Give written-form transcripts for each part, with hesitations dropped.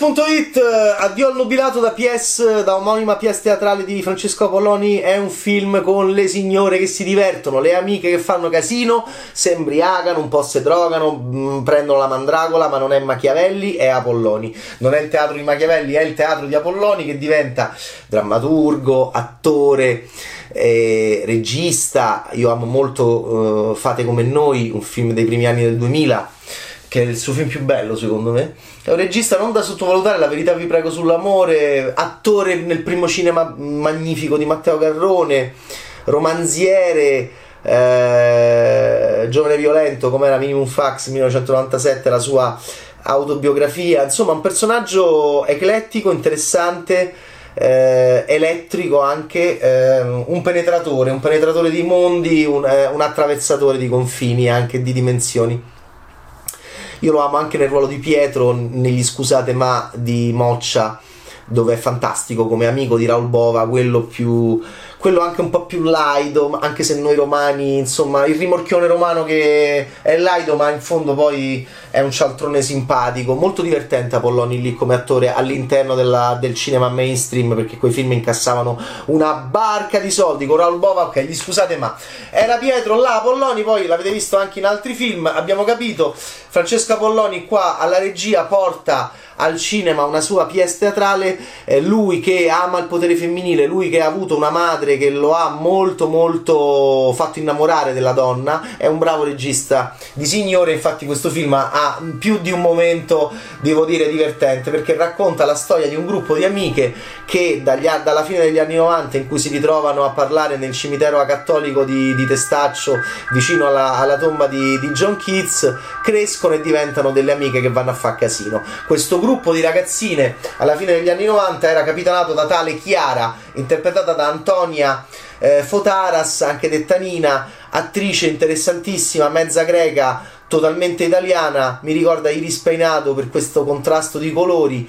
Cinefx.it, Addio al nubilato da omonima pièce teatrale di Francesco Apolloni. È un film con le signore che si divertono, le amiche che fanno casino, si embriagano, un po' si drogano, prendono la mandragola, ma non è Machiavelli, è Apolloni. Non è il teatro di Machiavelli, è il teatro di Apolloni, che diventa drammaturgo, attore, regista. Io amo molto Fate come noi, un film dei primi anni del 2000, che è il suo film più bello secondo me. È un regista non da sottovalutare, La verità vi prego sull'amore, attore nel primo cinema magnifico di Matteo Garrone, romanziere, giovane violento, come era Minimum Fax 1997, la sua autobiografia. Insomma, un personaggio eclettico, interessante, elettrico anche, un penetratore di mondi, un attraversatore di confini, anche di dimensioni. Io lo amo anche nel ruolo di Pietro negli Scusate ma di Moccia, dove è fantastico come amico di Raoul Bova, quello anche un po' più laido, anche se noi romani, insomma, il rimorchione romano che è laido ma in fondo poi è un cialtrone simpatico. Molto divertente Apolloni lì come attore all'interno del cinema mainstream, perché quei film incassavano una barca di soldi. Con Raoul Bova, ok, gli Scusate ma era Pietro, là Apolloni, poi l'avete visto anche in altri film, abbiamo capito. Francesco Apolloni qua alla regia porta al cinema una sua pièce teatrale, lui che ama il potere femminile, lui che ha avuto una madre che lo ha molto molto fatto innamorare della donna, è un bravo regista di signore. Infatti questo film ha più di un momento, devo dire, divertente, perché racconta la storia di un gruppo di amiche che dalla fine degli anni 90, in cui si ritrovano a parlare nel cimitero acattolico di Testaccio, vicino alla tomba di John Keats, crescono e diventano delle amiche che vanno a fare casino. Questo gruppo di ragazzine alla fine degli anni 90 era capitanato da tale Chiara, interpretata da Antonia Fotaras, anche detta Nina, attrice interessantissima, mezza greca, totalmente italiana, mi ricorda Iris Peinato per questo contrasto di colori.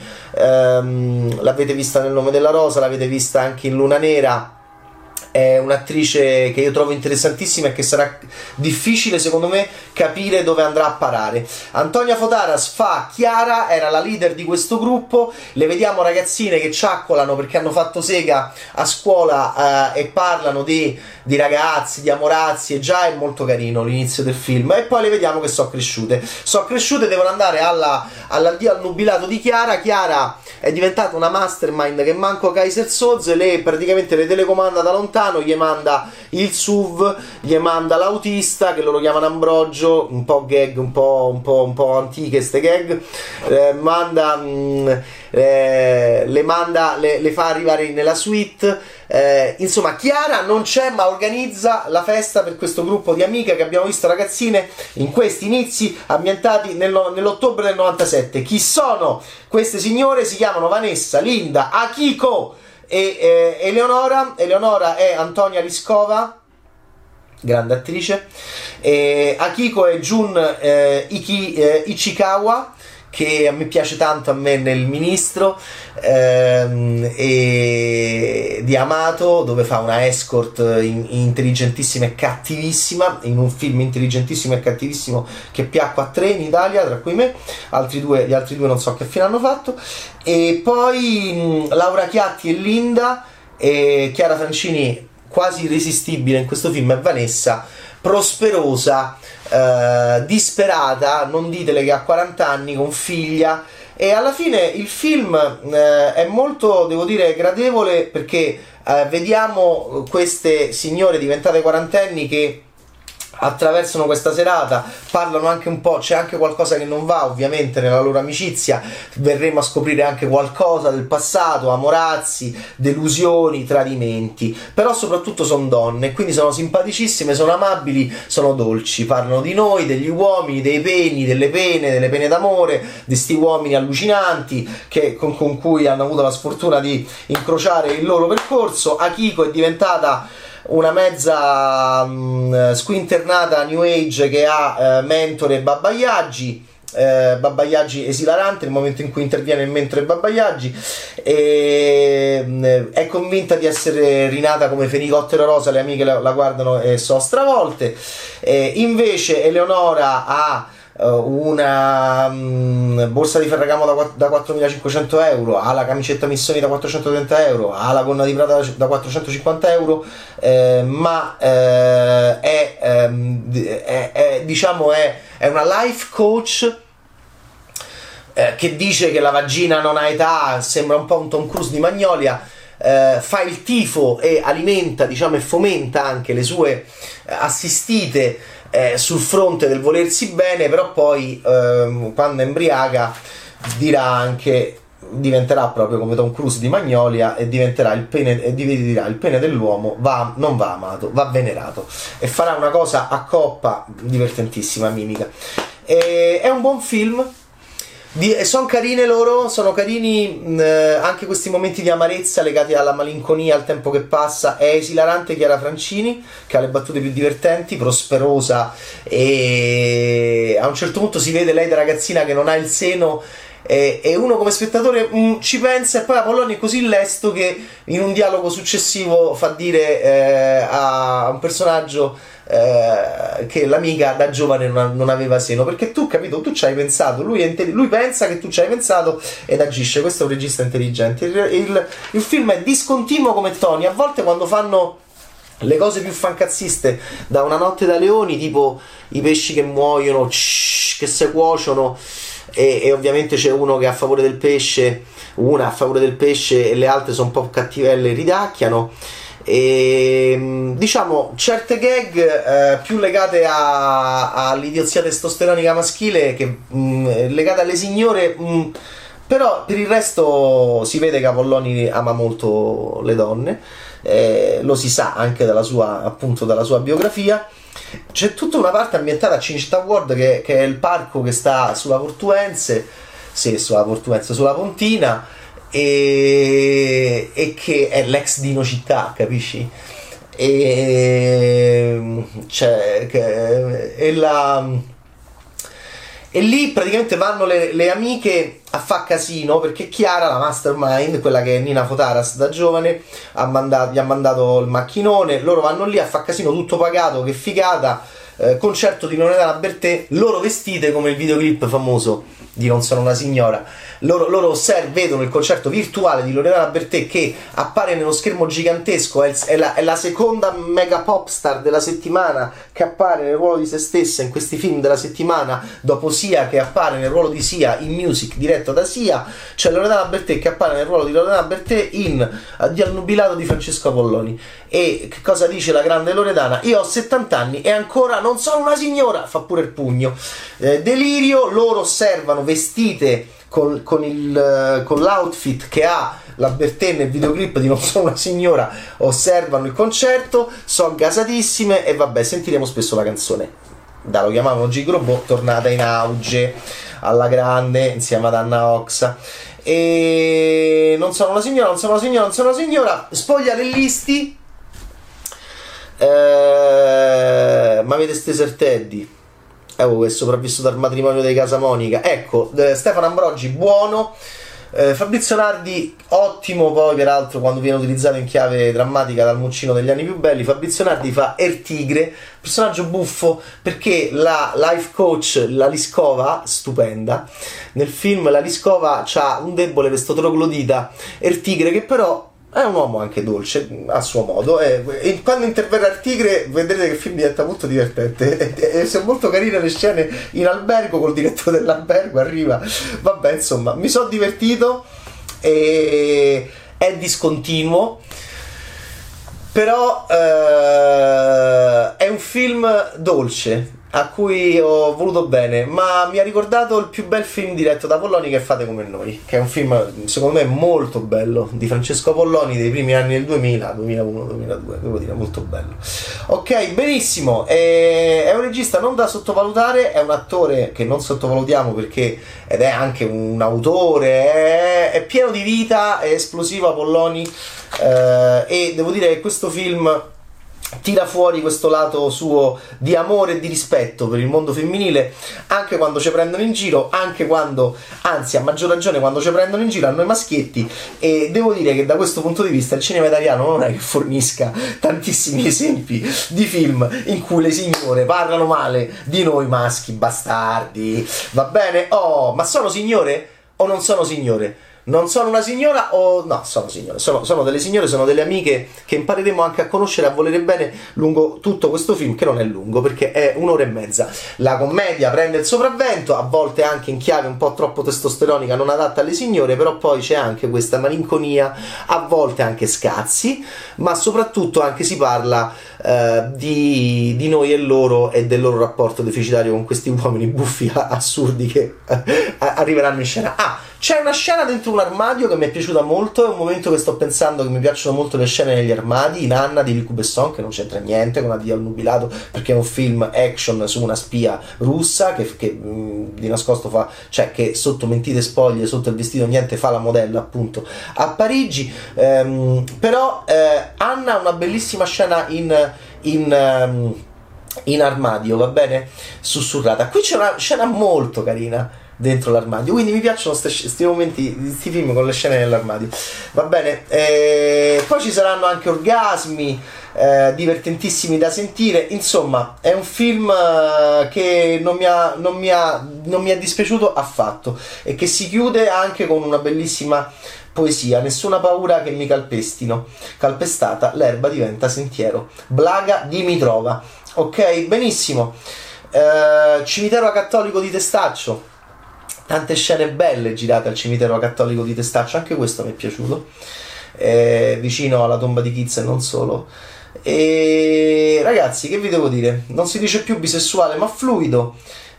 L'avete vista nel Nome della Rosa, l'avete vista anche in Luna Nera. È un'attrice che io trovo interessantissima e che sarà difficile secondo me capire dove andrà a parare. Antonia Fotaras fa Chiara, era la leader di questo gruppo. Le vediamo ragazzine che ciaccolano perché hanno fatto sega a scuola e parlano di ragazzi, di amorazzi, e già è molto carino l'inizio del film. E poi le vediamo che sono cresciute, devono andare all'addio al nubilato di Chiara. Chiara è diventata una mastermind che manco Kaiser Soze, lei praticamente le telecomanda da lontano, gli manda il SUV, gli manda l'autista, che loro chiamano Ambrogio, un po' gag, un po' antiche ste gag, le fa arrivare nella suite. Insomma, Chiara non c'è ma organizza la festa per questo gruppo di amiche che abbiamo visto, ragazzine, in questi inizi ambientati nell'ottobre del 97. Chi sono queste signore? Si chiamano Vanessa, Linda, Akiko e Eleonora. Eleonora è Antonia Liscova, grande attrice, Akiko è Jun Ichikawa, che a me piace tanto, a me nel Ministro, e di Amato, dove fa una escort intelligentissima e cattivissima, in un film intelligentissimo e cattivissimo che piacque a 3 in Italia, tra cui me. Gli altri due non so che fine hanno fatto. E poi Laura Chiatti e Linda, e Chiara Francini quasi irresistibile in questo film, è Vanessa, prosperosa, disperata, non ditele che ha 40 anni, con figlia. E alla fine il film è molto, devo dire, gradevole, perché vediamo queste signore diventate quarantenni che attraversano questa serata, parlano anche un po', c'è anche qualcosa che non va ovviamente nella loro amicizia, verremo a scoprire anche qualcosa del passato, amorazzi, delusioni, tradimenti, però soprattutto sono donne, quindi sono simpaticissime, sono amabili, sono dolci, parlano di noi, degli uomini, dei peni, delle pene d'amore, di sti uomini allucinanti con cui hanno avuto la sfortuna di incrociare il loro percorso. Akiko è diventata una mezza squinternata new age che ha mentore Baba Yagi, esilarante nel momento in cui interviene il mentore Baba Yagi, e è convinta di essere rinata come Fenicottero Rosa. Le amiche la guardano e sono stravolte. Invece Eleonora ha una borsa di Ferragamo da 4.500 euro, ha la camicetta Missoni da 430 euro, ha la gonna di Prada da 450 euro, ma diciamo è una life coach che dice che la vagina non ha età, sembra un po' un Tom Cruise di Magnolia. Fa il tifo e alimenta, diciamo, e fomenta anche le sue assistite sul fronte del volersi bene, però poi quando è embriaca dirà anche, diventerà proprio come Tom Cruise di Magnolia e diventerà il pene, e dirà: il pene dell'uomo non va amato, va venerato, e farà una cosa a coppa divertentissima, mimica. È un buon film. Sono carine loro, sono carini anche questi momenti di amarezza legati alla malinconia, al tempo che passa. È esilarante Chiara Francini, che ha le battute più divertenti, prosperosa, e a un certo punto si vede lei da ragazzina che non ha il seno, e uno come spettatore ci pensa, e poi Apolloni è così lesto che in un dialogo successivo fa dire a un personaggio che l'amica da giovane non aveva seno, perché tu, capito, tu ci hai pensato, lui pensa che tu ci hai pensato ed agisce. Questo è un regista intelligente. Il film è discontinuo come toni, a volte quando fanno le cose più fancazziste, da Una notte da leoni, tipo i pesci che muoiono, che si cuociono, e ovviamente c'è uno che è a favore del pesce, una a favore del pesce e le altre sono un po' cattivelle e ridacchiano. E diciamo certe gag più legate all'idiozia testosteronica maschile che legate alle signore, però per il resto si vede che Apolloni ama molto le donne, lo si sa anche dalla sua biografia. C'è tutta una parte ambientata a Cinecittà World, che è il parco che sta sulla Portuense, sulla Pontina, e che è l'ex Dino Città, capisci? E lì praticamente vanno le amiche a fa casino, perché Chiara, la mastermind, quella che è Nina Fotaras da giovane, gli ha mandato il macchinone, loro vanno lì a fa casino, tutto pagato, che figata, concerto di Loredana Bertè, loro vestite come il videoclip famoso di Non sono una signora. Loro vedono il concerto virtuale di Loredana Bertè, che appare nello schermo gigantesco, è la seconda mega pop star della settimana, che appare nel ruolo di se stessa in questi film della settimana, dopo Sia che appare nel ruolo di Sia in Music diretto da Sia. C'è Loredana Bertè che appare nel ruolo di Loredana Bertè in Addio al nubilato di Francesco Apolloni. E che cosa dice la grande Loredana? Io ho 70 anni e ancora non sono una signora, fa pure il pugno. Delirio, loro osservano vestite con l'outfit che ha la Bertè nel videoclip di Non sono una signora, osservano il concerto, sono gasatissime, e vabbè, sentiremo spesso la canzone Lo chiamavano Gigrobot, tornata in auge alla grande insieme ad Anna Oxa. E non sono una signora, spogliarellisti, ma avete Steser Teddy, che è sopravvissuto al matrimonio dei Casamonica, ecco. Stefano Ambrogi buono, Fabrizio Nardi ottimo, poi peraltro quando viene utilizzato in chiave drammatica dal Muccino degli anni più belli. Fabrizio Nardi fa Ertigre, personaggio buffo, perché la life coach, la Liskova, stupenda nel film. La Liskova c'ha un debole per sto troglodita Ertigre, che però è un uomo anche dolce a suo modo, e quando interverrà il tigre vedrete che il film diventa molto divertente, e sono molto carine le scene in albergo col direttore dell'albergo, arriva, vabbè, insomma, mi sono divertito, e è discontinuo, però è un film dolce a cui ho voluto bene, ma mi ha ricordato il più bel film diretto da Apolloni, che è Fate come noi, che è un film secondo me molto bello di Francesco Apolloni dei primi anni del 2000, 2001, 2002, devo dire, molto bello. Ok, benissimo, è un regista non da sottovalutare, è un attore che non sottovalutiamo ed è anche un autore, è pieno di vita, è esplosivo Apolloni, e devo dire che questo film tira fuori questo lato suo di amore e di rispetto per il mondo femminile, anche quando ci prendono in giro, anche quando, anzi a maggior ragione quando ci prendono in giro a noi maschietti. E devo dire che da questo punto di vista il cinema italiano non è che fornisca tantissimi esempi di film in cui le signore parlano male di noi maschi bastardi, va bene? Oh, ma sono signore o non sono signore? Non sono una signora o no, sono signore, sono delle signore, sono delle amiche che impareremo anche a conoscere e a volere bene lungo tutto questo film, che non è lungo perché è 1 ora e mezza. La commedia prende il sopravvento, a volte anche in chiave un po' troppo testosteronica, non adatta alle signore, però poi c'è anche questa malinconia, a volte anche scazzi, ma soprattutto anche si parla di noi e loro e del loro rapporto deficitario con questi uomini buffi assurdi che arriveranno in scena. C'è una scena dentro un armadio che mi è piaciuta molto, è un momento che sto pensando che mi piacciono molto le scene negli armadi, in Anna di Luc Besson, che non c'entra niente con Addio al nubilato, perché è un film action su una spia russa che di nascosto fa, cioè che sotto mentite spoglie, sotto il vestito niente, fa la modella appunto a Parigi. Però Anna ha una bellissima scena in armadio, va bene? Sussurrata. Qui c'è una scena molto carina dentro l'armadio, quindi mi piacciono questi momenti, questi film con le scene nell'armadio, va bene? Poi ci saranno anche orgasmi divertentissimi da sentire. Insomma, è un film che non mi è dispiaciuto affatto e che si chiude anche con una bellissima poesia: nessuna paura che mi calpestino, calpestata l'erba diventa sentiero. Blaga Dimitrova. Ok, benissimo. Cimitero cattolico di Testaccio, tante scene belle girate al cimitero cattolico di Testaccio, anche questo mi è piaciuto, vicino alla tomba di Keats e non solo. E ragazzi, che vi devo dire? Non si dice più bisessuale ma fluido.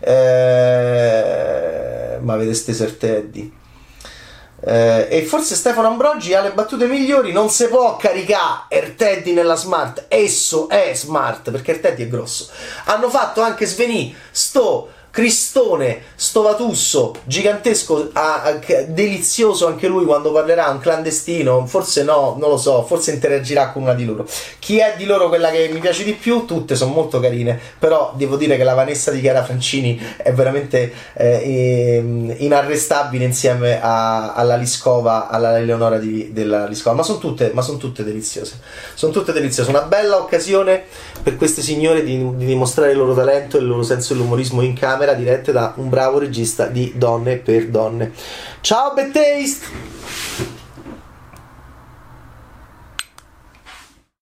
Ma avete stese Teddy. E forse Stefano Ambrogi ha le battute migliori. Non si può caricare Erteddy nella Smart, esso è Smart perché Erteddy è grosso. Hanno fatto anche svenì sto Cristone, sto Vatusso gigantesco, delizioso anche lui quando parlerà, un clandestino, forse no, non lo so, forse interagirà con una di loro. Chi è di loro quella che mi piace di più? Tutte sono molto carine, però devo dire che la Vanessa di Chiara Francini è veramente inarrestabile insieme alla Liscova, alla Eleonora della Liscova, ma sono tutte deliziose, una bella occasione per queste signore di dimostrare il loro talento e il loro senso dell'umorismo in camera, dirette da un bravo regista di Donne per Donne. Ciao Bad Taste!